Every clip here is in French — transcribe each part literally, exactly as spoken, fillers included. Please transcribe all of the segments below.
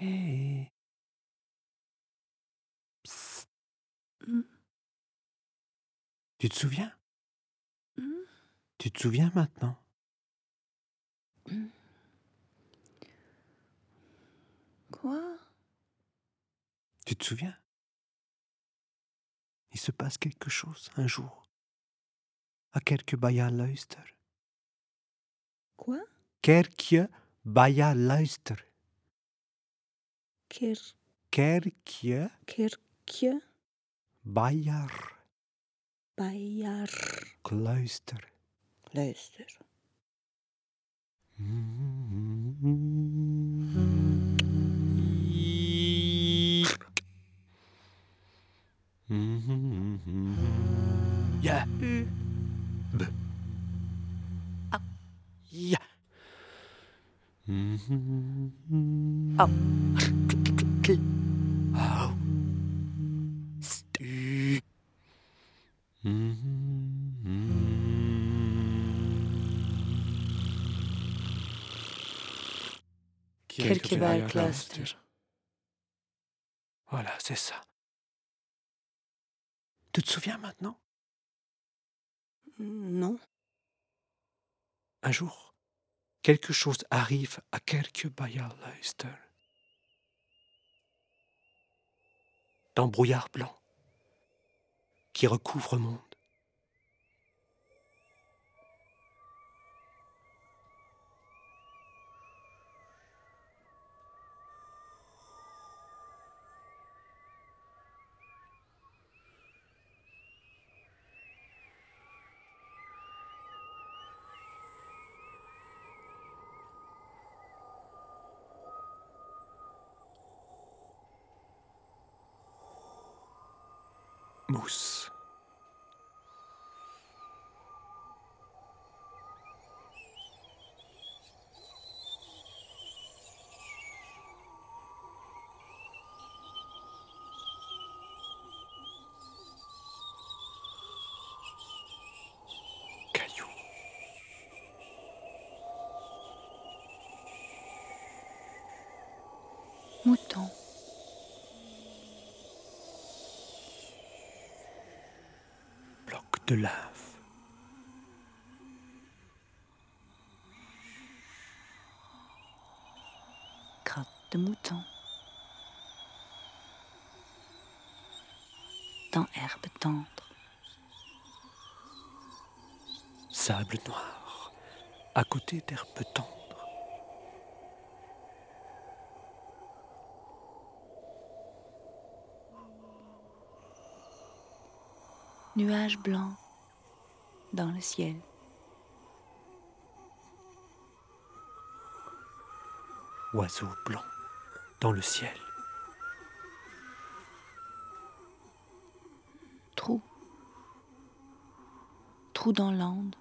Hé! Psst! Mmh. Tu te souviens? Mmh. Tu te souviens maintenant? Mmh. Quoi? Tu te souviens? Il se passe quelque chose un jour. À Kerke bij jou luister. Quoi? Kerkje bij jou luister. Ker Kerkje kerkje bij jou Beyer luister. luister. Ja. U. B. Au. Ja. Au. Au. Stu. Kirkebergkluister. Voilà, c'est ça. Tu te souviens maintenant? Non. Un jour, quelque chose arrive à Kerke bij jou luister. D'un brouillard blanc qui recouvre le monde. Mousse. Caillou. Mouton. Bloc de lave. Crotte de mouton. Dans herbe tendre. Sable noir. À côté d'herbe tendre. Nuages blancs dans le ciel. Oiseau blanc dans le ciel. Trou. Trou dans l'ande.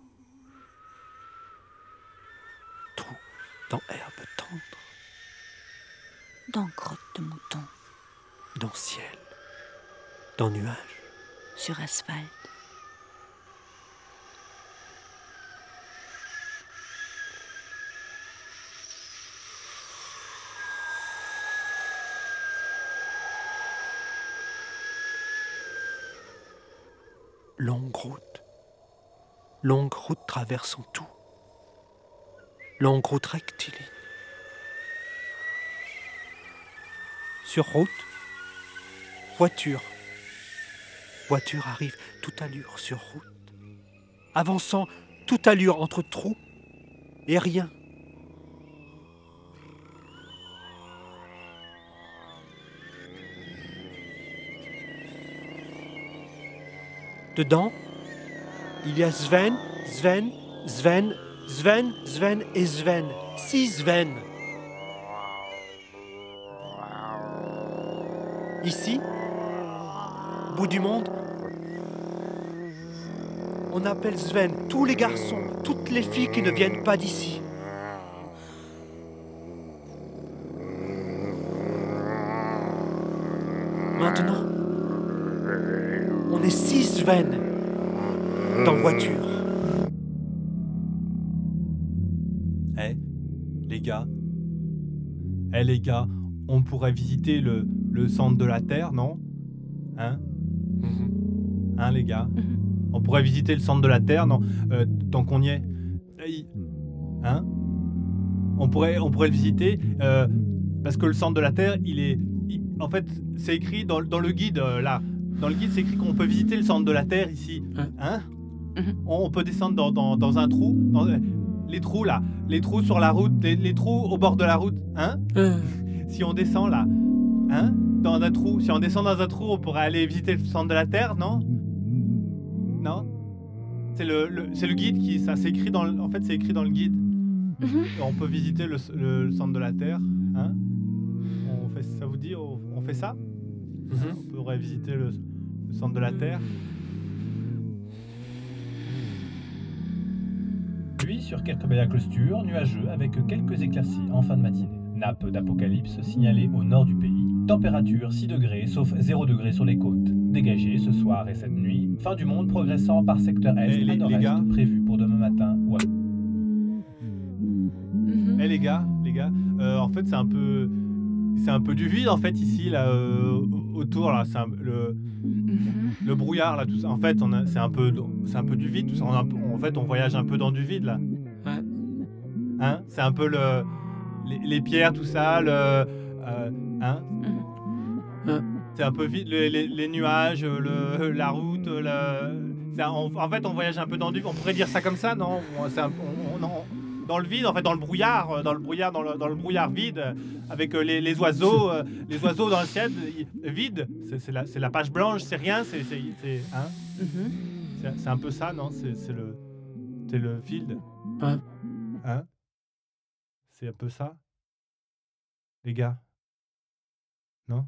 Trou dans herbe tendre. Dans crotte de mouton. Dans ciel. Dans nuage. Sur asphalte. Longue route. Longue route traversant tout. Longue route rectiligne. Sur route, voiture. Voiture arrive toute allure sur route. Avançant toute allure entre trous et rien. Dedans, il y a Sven, Sven, Sven, Sven, Sven et Sven. Six Sven. Ici, bout du monde, on appelle Sven tous les garçons, toutes les filles qui ne viennent pas d'ici. Maintenant, on est six Sven dans voiture. Eh, les gars, eh les gars, on pourrait visiter le, le centre de la Terre, non? Hein? Mhm. Hein, les gars? Mhm. On pourrait visiter le centre de la Terre, non? Euh, tant qu'on y est. Hein? On pourrait, on pourrait le visiter, euh, parce que le centre de la Terre, il est... il- en fait, c'est écrit dans, dans le guide, euh, là. Dans le guide, c'est écrit qu'on peut visiter le centre de la Terre, ici. Hein? Mhm. On, on peut descendre dans, dans, dans un trou. Dans, euh, les trous, là. Les trous sur la route. Les, les trous au bord de la route. Hein? Si on descend, là. Hein? Dans un trou. Si on descend dans un trou, on pourrait aller visiter le centre de la Terre, non? Non? C'est le, le, c'est le guide qui... Ça, c'est écrit dans le, en fait, c'est écrit dans le guide. Mhm. On peut visiter le, le, le centre de la Terre. Hein? On fait, ça vous dit, on, on fait ça? Mhm. On pourrait visiter le, le centre de la Terre. Puis sur Kerkebaya-Closture, nuageux avec quelques éclaircies en fin de matinée. Nappe d'apocalypse signalée au nord du pays. Température six degrés, sauf zéro degré sur les côtes. Dégagé ce soir et cette nuit. Fin du monde progressant par secteur est Eh, les- à les nord-est, gars. prévu pour demain matin. Ouais. Mhm. Eh les gars, les gars, euh, en fait c'est un peu, c'est un peu du vide en fait ici là euh, au- autour là, c'est un- le, Mhm. le brouillard là tout ça. En fait on a, c'est un peu, c'est un peu du vide tout ça. On a un peu- en fait on voyage un peu dans du vide là. Ouais. Hein? C'est un peu le, les, les pierres tout ça, le, euh, hein? Mhm. Ouais. C'est un peu vide, le- les, les nuages, le, la route, le, c'est un- on- en fait on voyage un peu dans du vide. On pourrait dire ça comme ça, non? On- c'est un- on- on- non. Dans le vide, en fait, dans le brouillard, euh, dans le brouillard, dans le, dans le brouillard vide, euh, avec euh, les, les oiseaux, euh, les oiseaux dans le ciel, euh, vide. C'est, c'est la, c'est la page blanche, c'est rien, c'est, c'est, c'est, hein? Mhm. c'est, c'est un peu ça, non? C'est, c'est le, c'est le vide, Ouais. hein? C'est un peu ça, les gars, non?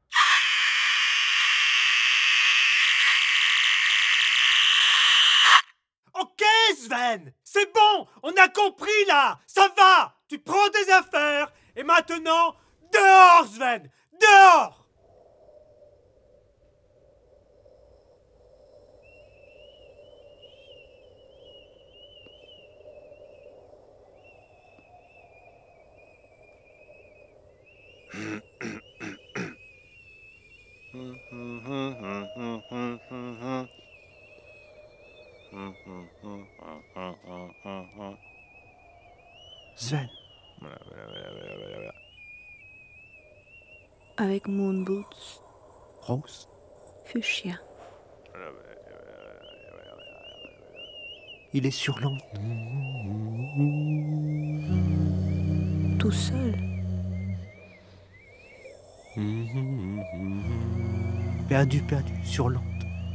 Ok, Sven, c'est bon, on a compris là, ça va. Tu prends tes affaires et maintenant dehors, Sven, dehors. Sven, Avec moon boots, Rose, fuchsia. il est sur l'onde. Tout seul. Perdu, perdu, sur l'onde.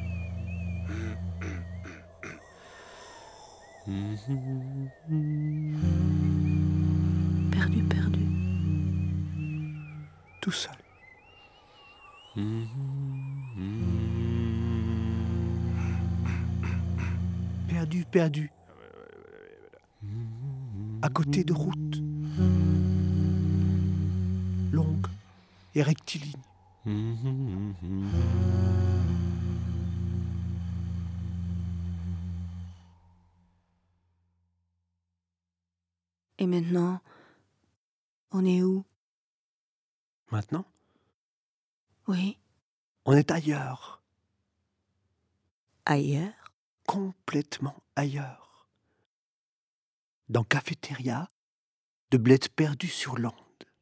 Perdu, perdu. Tout seul. Perdu, perdu. À côté de route. Longue et rectiligne. Et maintenant, on est où? Maintenant, Oui, on est ailleurs. ailleurs. Complètement ailleurs. Dans cafétéria de bled perdu sur l'onde.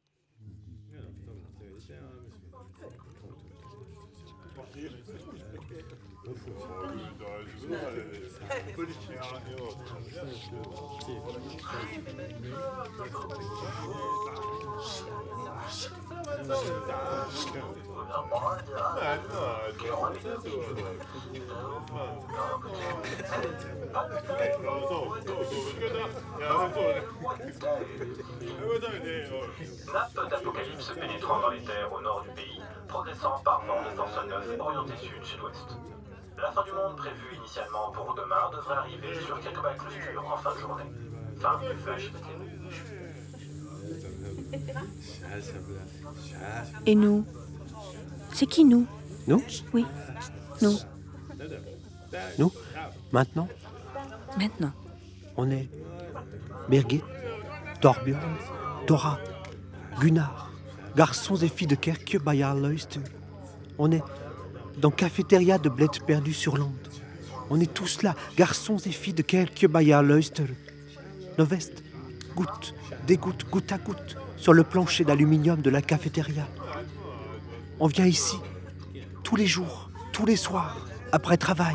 Nappe d'apocalypse pénétrant dans les terres au nord du pays, progressant par vent de sens neuf orienté sud-sud-ouest. La fin du monde prévue initialement pour demain devrait arriver sur Kerkebaya-Closture en fin de journée. Fin du flash éclairé. Et nous? C'est qui nous? Nous Oui, nous. Nous Maintenant, Maintenant. on est Birgit, Torbjörn, Dora, Gunnar, garçons et filles de Kerke-Bayarløyster. On est dans cafétéria de Bled perdu sur l'onde. On est tous là, garçons et filles de Kerke-Bayarløyster. Nos vestes gouttes, dégouttes, goutte à goutte, sur le plancher d'aluminium de la cafétéria. On vient ici, tous les jours, tous les soirs, après travail.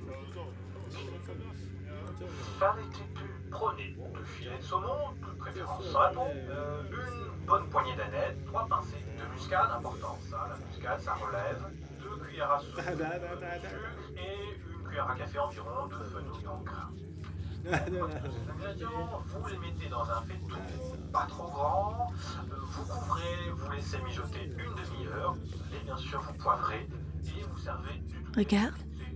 Variété pu, prenez deux filets de saumon, de préférence sans la peau, euh, une bonne poignée d'anettes, trois pincées de muscade, important ça, la muscade ça relève, deux cuillères à soupe de jus et une cuillère à café environ de fenouil d'encre. Les ingrédients, vous les mettez dans un faitout, pas trop grand, euh, vous couvrez, vous laissez mijoter une demi-heure, et bien sûr vous poivrez et vous servez du tout. Regarde,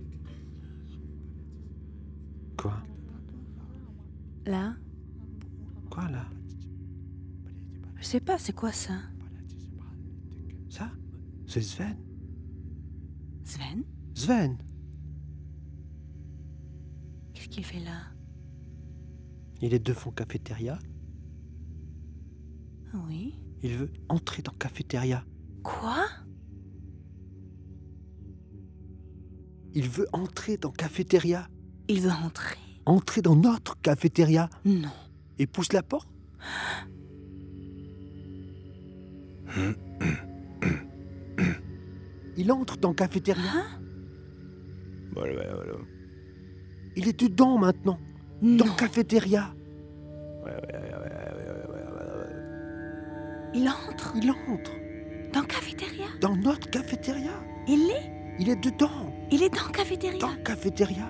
Quoi? là. Quoi là? Je sais pas, c'est quoi ça? Ça? C'est Sven. Sven? Sven! Qu'est-ce qu'il fait là? Il est devant cafétéria. Oui. Il veut entrer dans cafétéria. Quoi? Il veut entrer dans cafétéria. Il veut rentrer? Entrer dans notre cafétéria. Non. Et pousse la porte. Il entre dans cafétéria. Hein? Il est dedans maintenant. Non. Dans cafétéria. Il entre Il entre dans cafétéria. dans notre cafétéria. Il est? Il est dedans. Il est dans cafétéria. Dans cafétéria.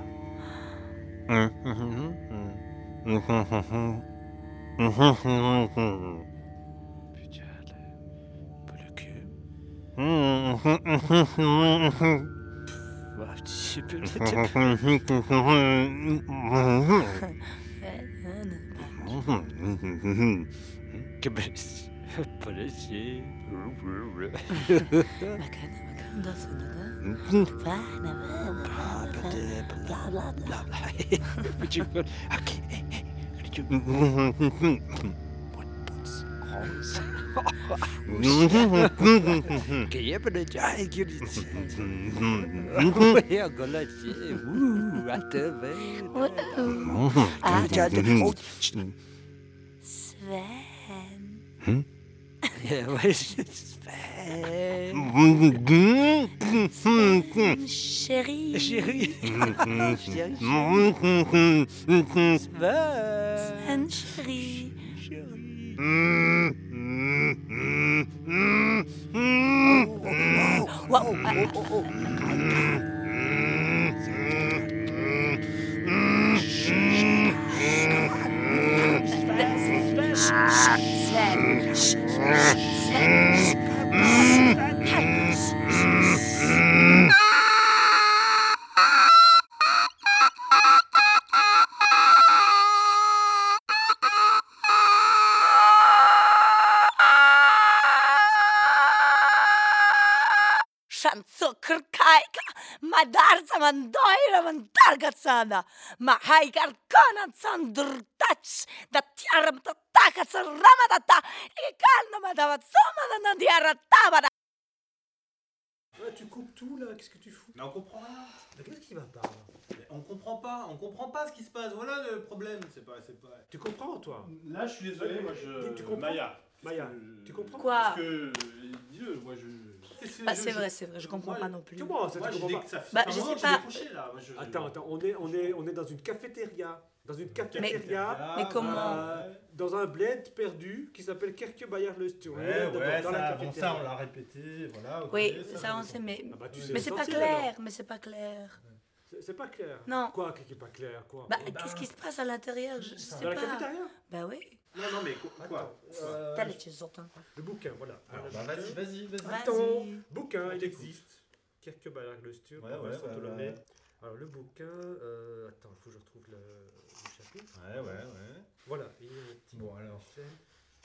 Sven. Chérie. Chérie. Sven, chérie. Wow. Shansukerkaika, Madarza Mandoira Mandargatsana, Mahaikar Conan Sandurtach, the Tiaram Tatakats Ramatata, Ekalna Madavatsoma Nandiara Tabada. Tu coupes tout là, qu'est-ce que tu fous? Mais on comprend rien. Mais qu'est-ce qui va pas? Mais on comprend pas, on comprend pas ce qui se passe. Voilà le problème. C'est pas, c'est pas. Tu comprends toi? Là, je suis désolé, moi je. Tu comprends? Maya. Maya, Euh, tu comprends? Quoi? Parce que dis-le, moi je. Bah, c'est vrai, c'est vrai, je comprends moi, pas non plus. Comment ça, Moi, tu j'ai comprends des- pas? ça fait Bah, un je moment sais que j'ai pas. décroché, là. Moi, je- Attends, attends, on est, on est, on est dans une cafétéria. Dans une cafétéria. Mais comment? euh, dans un bled perdu qui s'appelle Kerke-Bayarløyster. On est Ouais, dans- ouais, dans la ça, bon, cafétéria. ça on l'a répété, voilà. ok, Oui, ça je on sait, mais. Ah bah, tu sais Mais c'est pas l'essentiel, clair, alors. mais c'est pas clair. C'est- C'est pas clair. Non. Quoi qui est pas clair? Quoi? Bah, Eh ben, qu'est-ce qui se passe à l'intérieur? Je, je sais Dans la pas. cafétéria? Bah oui. Non, non, mais quoi, quoi Euh, T'as les choses sortant. Le bouquin, voilà. Alors, Alors, bah, le vas-y, bouquin. vas-y, vas-y. Ouais. Attends, Vas-y. bouquin, On il t'écoute. existe. Kerke-Bayarløyster, Ouais, par ouais, Vincent ouais, Tholomé. ouais. Alors le bouquin, euh, attends, il faut que je retrouve le, le chapitre. Ouais, ouais, ouais. Voilà, il y a un petit Bon, alors. chaîne.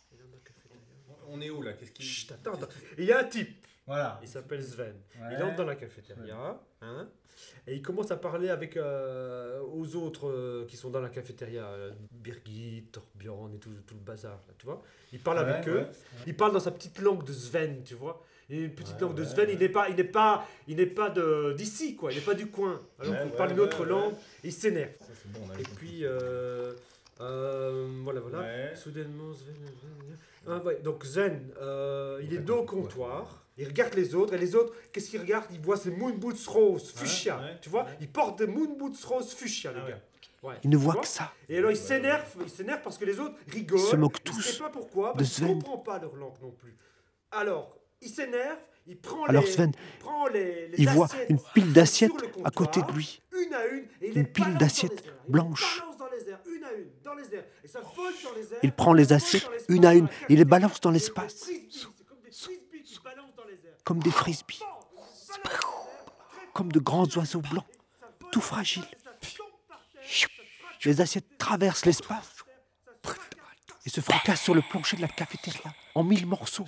On est où là? Qu'est-ce qui... Chut, attends, attends. Il y a un type, Voilà. il s'appelle Sven. Ouais. Il entre dans la cafétéria, hein, et il commence à parler avec euh, aux autres euh, qui sont dans la cafétéria, euh, Birgit, Torbjörn et tout, tout le bazar, là, tu vois. Il parle Ouais, avec ouais, eux, ouais. il parle dans sa petite langue de Sven, tu vois. Et une petite Ouais, langue de ouais, Sven, ouais. il n'est pas, il n'est pas, il n'est pas de d'ici quoi, il n'est pas du coin. Alors Ouais, il ouais, parle une ouais, autre ouais. langue, et il s'énerve. Ça, c'est bon, on a Et compris. puis euh, euh, voilà voilà. Ouais. Soudainement Sven. Ah, ouais, donc Zen, euh, il est Ouais, dos au ouais. comptoir, il regarde les autres, et les autres, qu'est-ce qu'ils regardent? Ils voient ces moon boots roses, Ouais, fuchsia, ouais, tu vois? ouais. Ils portent des moon boots roses fuchsia, les Ah ouais. gars. Ouais. Il ne Tu voit vois que ça. Et alors ils Ouais, s'énervent, ils s'énervent parce que les autres rigolent. Ils se moquent Ils ne tous savent pas pourquoi, de parce qu'ils ne Sven. comprennent pas leur langue non plus. Alors, il s'énerve, il prend Alors les, Sven, il prend les, les Il voit assiettes une pile d'assiettes sur le à côté de comptoir, lui. une à une, et il Une les pile balance dans d'assiettes les airs. Il les blanches. balance dans les airs, une à une, dans les airs. Et ça vole dans les airs. Il prend les ça vole assiettes dans l'espace, une à dans une, la il les cafetière. balance dans Et l'espace. des frisbees, c'est comme des frisbees qui balancent dans les airs. Comme des frisbees, Bam, il balance dans les airs, très comme de grands oiseaux blancs, ça vole tout dans fragiles. l'espace, ça tombe par terre, ça fracasse Les assiettes traversent l'espace ça fracasse par et se fracassent sur le plancher de la cafétéria en mille morceaux.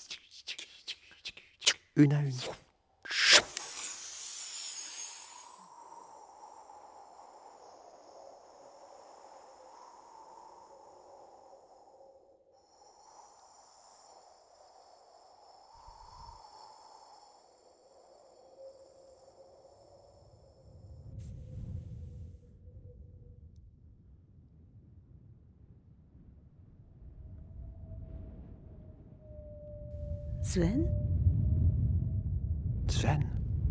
Une à une. Sven? Sven,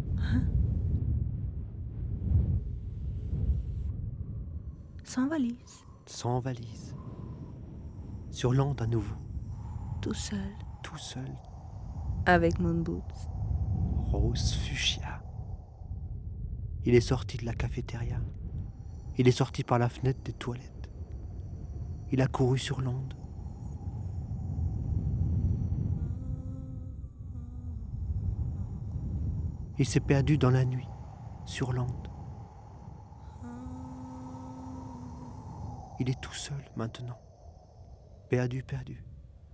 Sans valise, sans valise. Sur l'onde à nouveau, tout seul, tout seul, avec Moon Boots. rose fuchsia. Il est sorti de la cafétéria. Il est sorti par la fenêtre des toilettes. Il a couru sur l'onde. Il s'est perdu dans la nuit, sur l'onde. Il est tout seul maintenant. Perdu, perdu.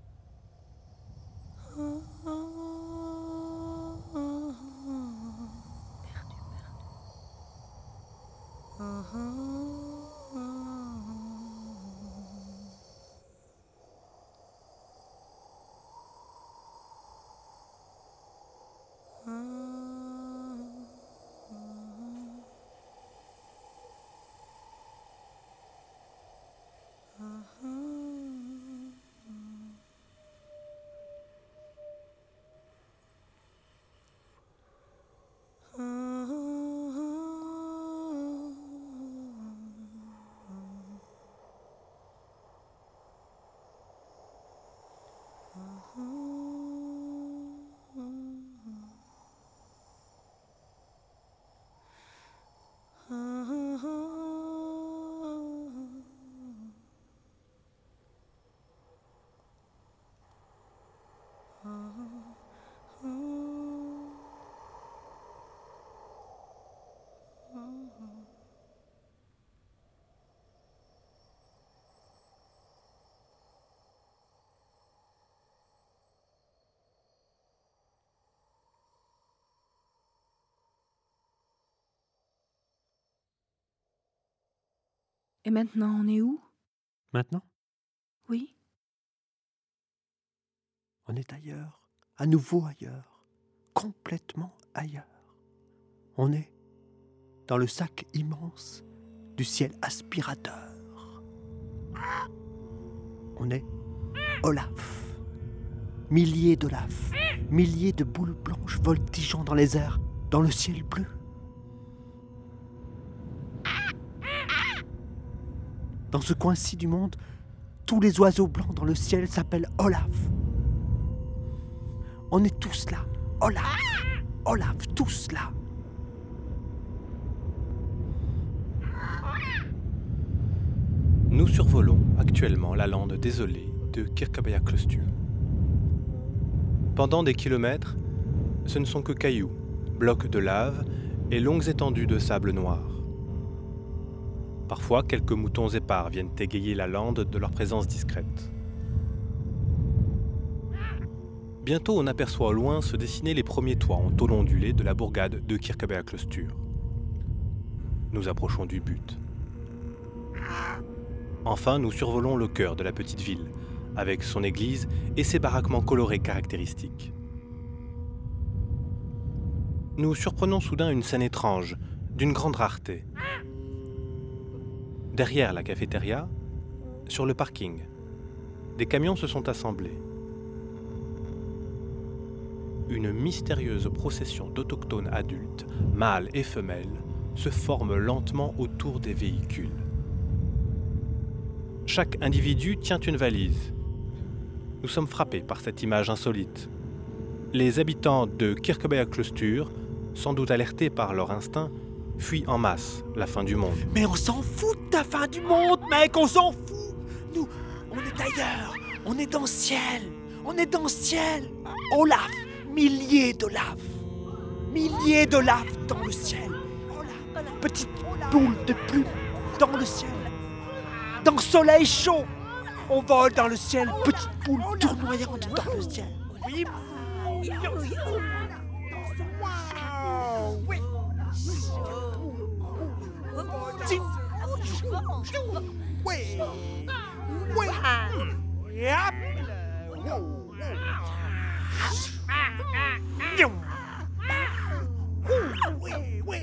Et maintenant, on est où? Maintenant, Oui? on est ailleurs, à nouveau ailleurs, complètement ailleurs. On est dans le sac immense du ciel aspirateur. On est Olaf. Milliers d'Olaf, milliers de boules blanches voltigeant dans les airs, dans le ciel bleu. Dans ce coin-ci du monde, tous les oiseaux blancs dans le ciel s'appellent Olaf. On est tous là. Olaf. Olaf, tous là. Nous survolons actuellement la lande désolée de Kirkjubæjarklaustur. Pendant des kilomètres, ce ne sont que cailloux, blocs de lave et longues étendues de sable noir. Parfois, quelques moutons épars viennent égayer la lande de leur présence discrète. Bientôt, on aperçoit au loin se dessiner les premiers toits en tôle ondulée de la bourgade de Kirkebergkløstur. Nous approchons du but. Enfin, nous survolons le cœur de la petite ville, avec son église et ses baraquements colorés caractéristiques. Nous surprenons soudain une scène étrange, d'une grande rareté. Derrière la cafétéria, sur le parking, des camions se sont assemblés. Une mystérieuse procession d'autochtones adultes, mâles et femelles, se forme lentement autour des véhicules. Chaque individu tient une valise. Nous sommes frappés par cette image insolite. Les habitants de Kirkebergkløstur, sans doute alertés par leur instinct, fuient en masse la fin du monde. Mais on s'en fout de ta fin du monde, mec, on s'en fout. Nous, on est ailleurs, on est dans le ciel, on est dans le ciel. Olaf, milliers de lave, milliers de lave dans le ciel. Petite boule de plume dans le ciel. Dans le soleil chaud, on vole dans le ciel, petite boule tournoyante dans le ciel. Oui. Oui. Oui. Yep. Oui, oui.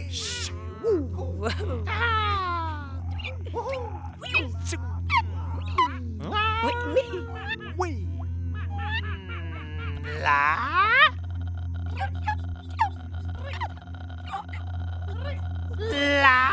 Oui. Là. Là.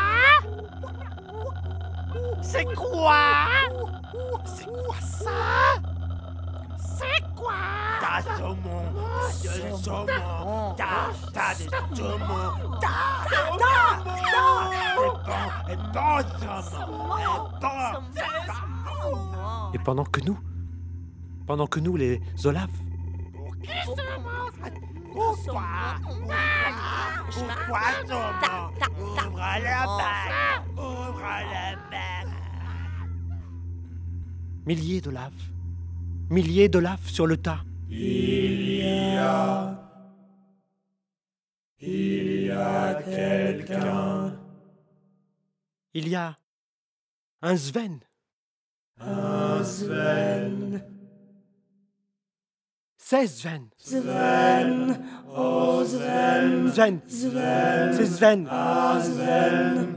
C'est quoi? C'est quoi ça? C'est quoi? T'as saumon, t'as de saumon, t'as, t'as des saumons, t'as, t'as, t'as, et bon, et bon saumon, et bon. Et pendant que nous, pendant que nous, les Olaf, pourquoi? Pourquoi saumon? Ouvre la bague, ouvre la bague. Milliers de laves, milliers de laves sur le tas. Il y a, il y a quelqu'un, Il y a un Sven, un Sven, c'est Sven, Sven, oh Sven, Sven, Sven, c'est Sven. ah Sven.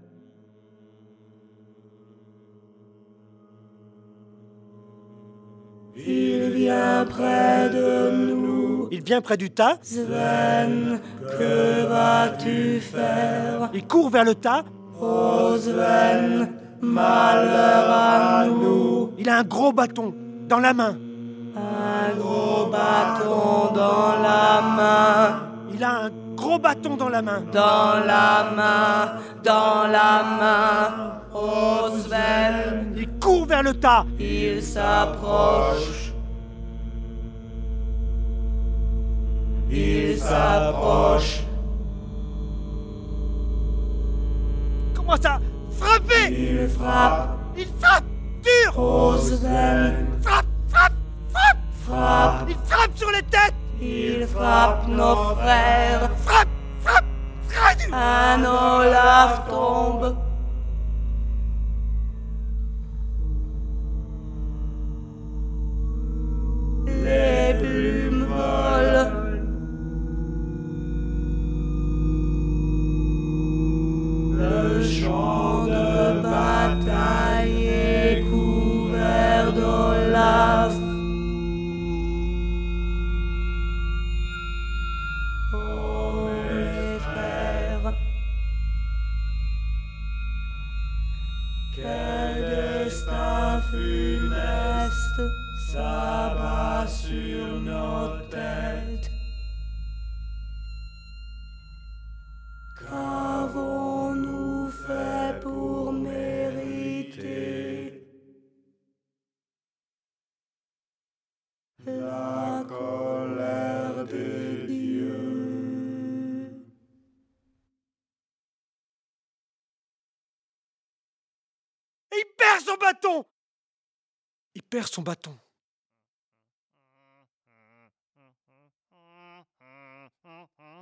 Il vient près de nous. Il vient près du tas, Sven, que vas-tu faire? il court vers le tas, Oh Sven, malheur à nous. il a un gros bâton dans la main. Un gros bâton dans la main. Il a un gros bâton dans la main. Dans la main, dans la main. Oh Sven, Il court vers le tas. il s'approche. Il s'approche. Il commence à frapper. Il frappe. Il frappe dur. Oh Sven, Frappe, frappe, frappe. frappe. Il frappe sur les têtes. Il frappe nos frères. Frappe, frappe, très dur. Un Olaf tombe. Les plumes volent. Le champ de bataille est couvert d'Olaf. Oh mes frères, quel destin funeste s'abat sur nos têtes. Qu'avons-nous fait pour mériter la colère de Dieu? Et il perd son bâton. Il perd son bâton.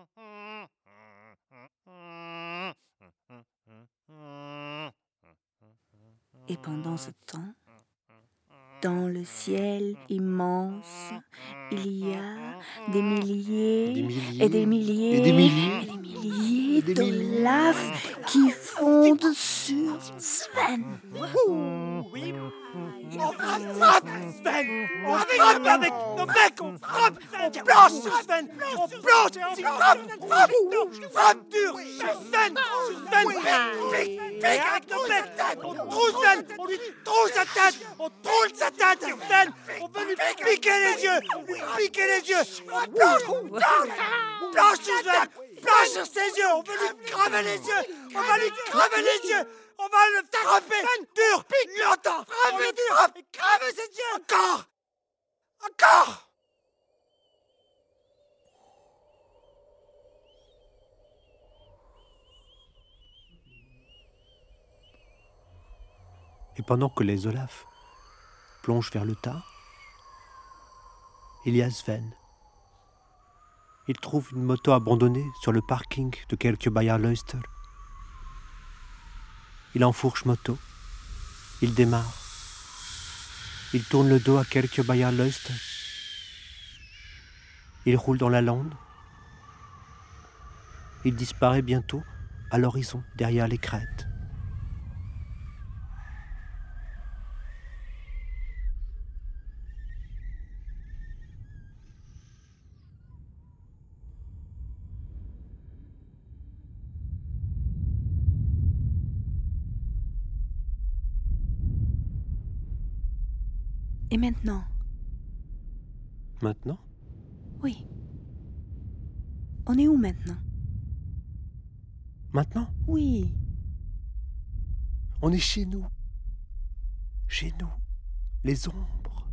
Et pendant ce temps, dans le ciel immense, il y a des milliers, Des milliers et des milliers et des milliers et des milliers et des de milliers. laves qui fondent sur Sven. Oui. On frappe Sven. On frappe avec nos mecs. On frappe. On planche sur Sven. On planche. On frappe. Frappe. Frappe dur. Sur Sven. Sur Sven. Pique. Pique. Pique avec nos mecs. On trouve Sven. On lui trouve sa tête. On trouve sa tête à Sven. On veut lui piquer les yeux. Lui piquer les yeux. On planche. Planche. Planche sur Sven. Planche sur ses yeux. On veut lui cramer les yeux. On va lui cramer les yeux. On va le frapper dur, longtemps. Frapper dur. Et cramer ses yeux. Encore. Encore. Et pendant que les Olaf plongent vers le tas, il y a Sven. Il trouve une moto abandonnée sur le parking de Kirkebayarløster. Il enfourche moto. Il démarre. Il tourne le dos à Kirkebayarløster. Il roule dans la lande. Il disparaît bientôt à l'horizon, derrière les crêtes. Et maintenant? Maintenant, Oui. On est où maintenant? maintenant, Oui. on est chez nous. Chez nous, les ombres.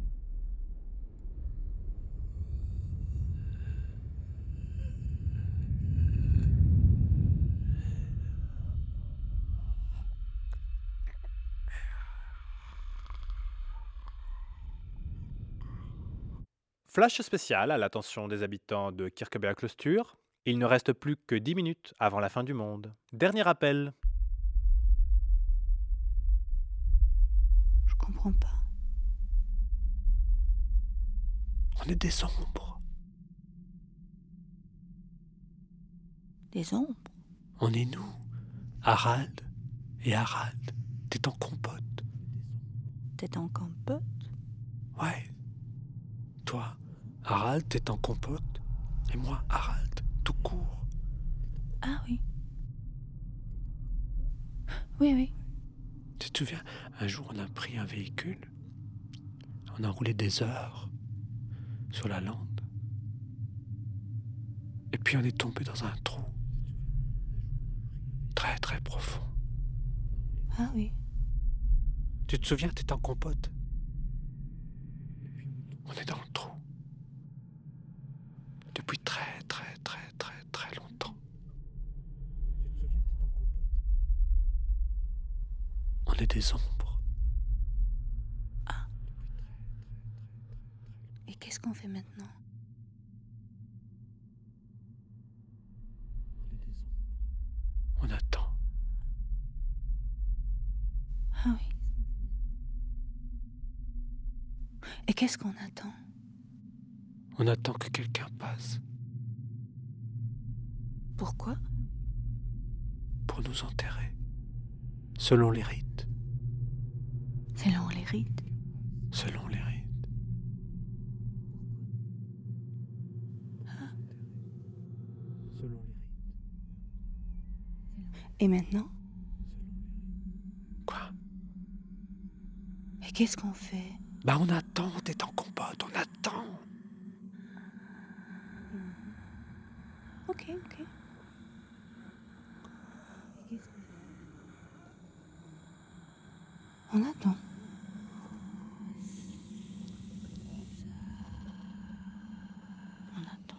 Flash spécial à l'attention des habitants de Kirkebayarløster. Il ne reste plus que dix minutes avant la fin du monde. Dernier appel. Je comprends pas. On est des ombres. Des ombres? On est nous, Harald et Harald. T'es en compote. T'es en compote? Ouais. Toi, Harald, t'es en compote. Et moi, Harald, tout court. Ah oui. Oui, oui. Tu te souviens, un jour, on a pris un véhicule. On a roulé des heures sur la lande. Et puis, on est tombé dans un trou. Très, très profond. Ah oui. Tu te souviens, t'étais en compote. On est dans le trou. Depuis très, très, très, très, très longtemps. On est des ombres. Ah. Et qu'est-ce qu'on fait maintenant? On attend. Ah oui. Et qu'est-ce qu'on attend? On attend que quelqu'un passe Pourquoi? pour nous enterrer. Selon les rites. Selon les rites. Selon les rites. Ah. Selon les rites. Et maintenant? Quoi? Et qu'est-ce qu'on fait? Bah on attend, t'es en compote, on attend. Ok, ok. On attend. On attend.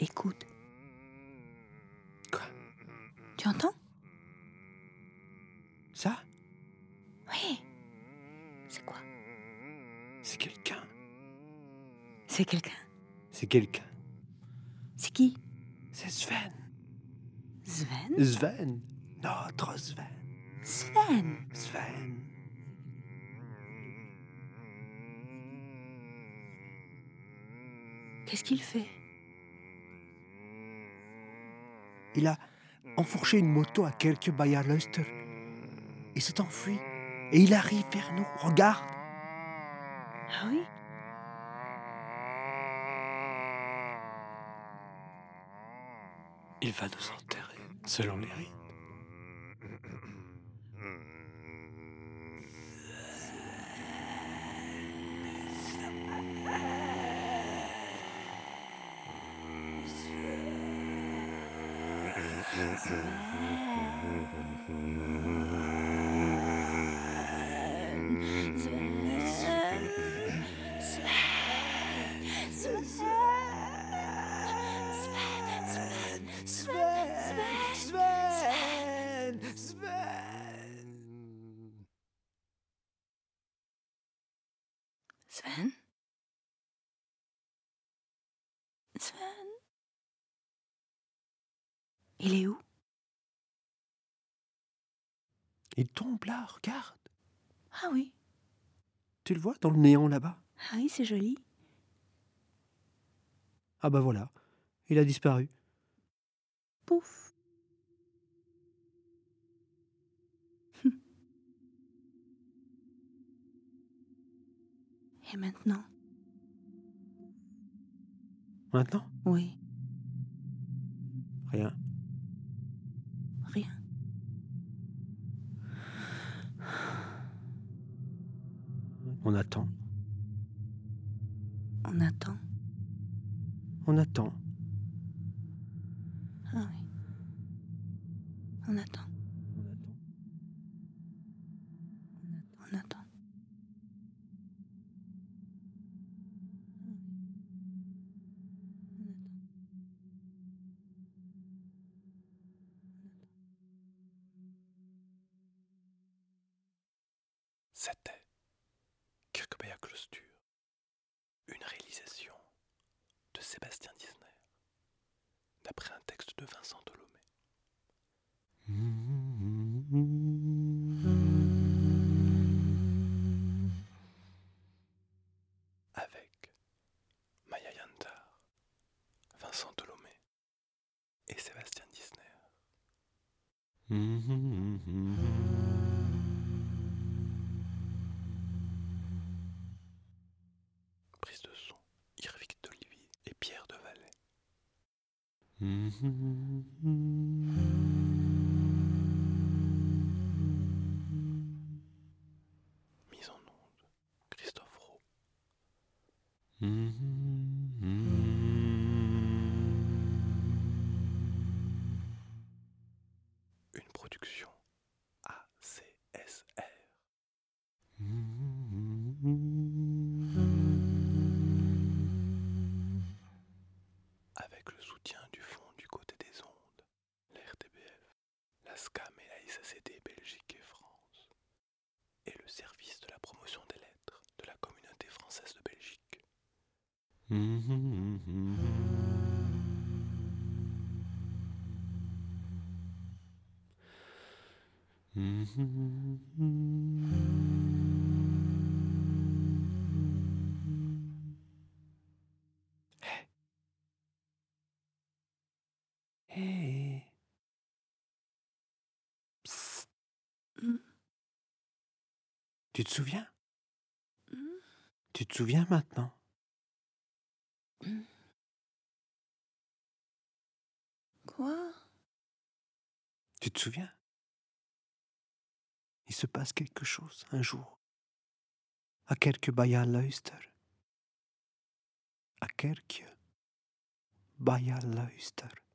Écoute. Quoi? Tu entends? Ça? Oui. C'est quoi? C'est quelqu'un. C'est quelqu'un. C'est quelqu'un. C'est qui? C'est Sven. Sven? Sven. Notre Sven. Sven. Sven. Qu'est-ce qu'il fait? Il a enfourché une moto à quelques Bayerleuster. Il s'est enfui. Et il arrive vers nous. Regarde. Ah oui? Il va nous enterrer, selon les rites. Sven? Sven? Il est où? Il tombe là, regarde. Ah oui. Tu le vois dans le néant là-bas? Ah oui, c'est joli. Ah bah voilà, il a disparu. Pouf. Hum. Et maintenant? Maintenant? Oui, Rien. rien. On attend. On attend. On attend. Ah oui. On attend. On attend. On attend. C'était Kirkebægerkløstur, une réalisation de Sébastien Disner, d'après un texte de Vincent Delomé. Avec Maya Yantar, Vincent Delomé et Sébastien Disner. Prise de son, Irvik d'Olivier et Pierre de Valais. Mise en onde, Christophe Rowe. Une production A C S R. Avec le soutien du Fonds du côté des ondes, la R T B F, la SCAM et la S A C D Belgique et France, et le service de la promotion des lettres de la communauté française de Belgique. Hé. Psst. Mm. Tu te souviens? Mm. Tu te souviens maintenant? Mm. Quoi? Tu te souviens? Il se passe quelque chose un jour. À quelques Bayerleuster. À quelques Bayerleuster.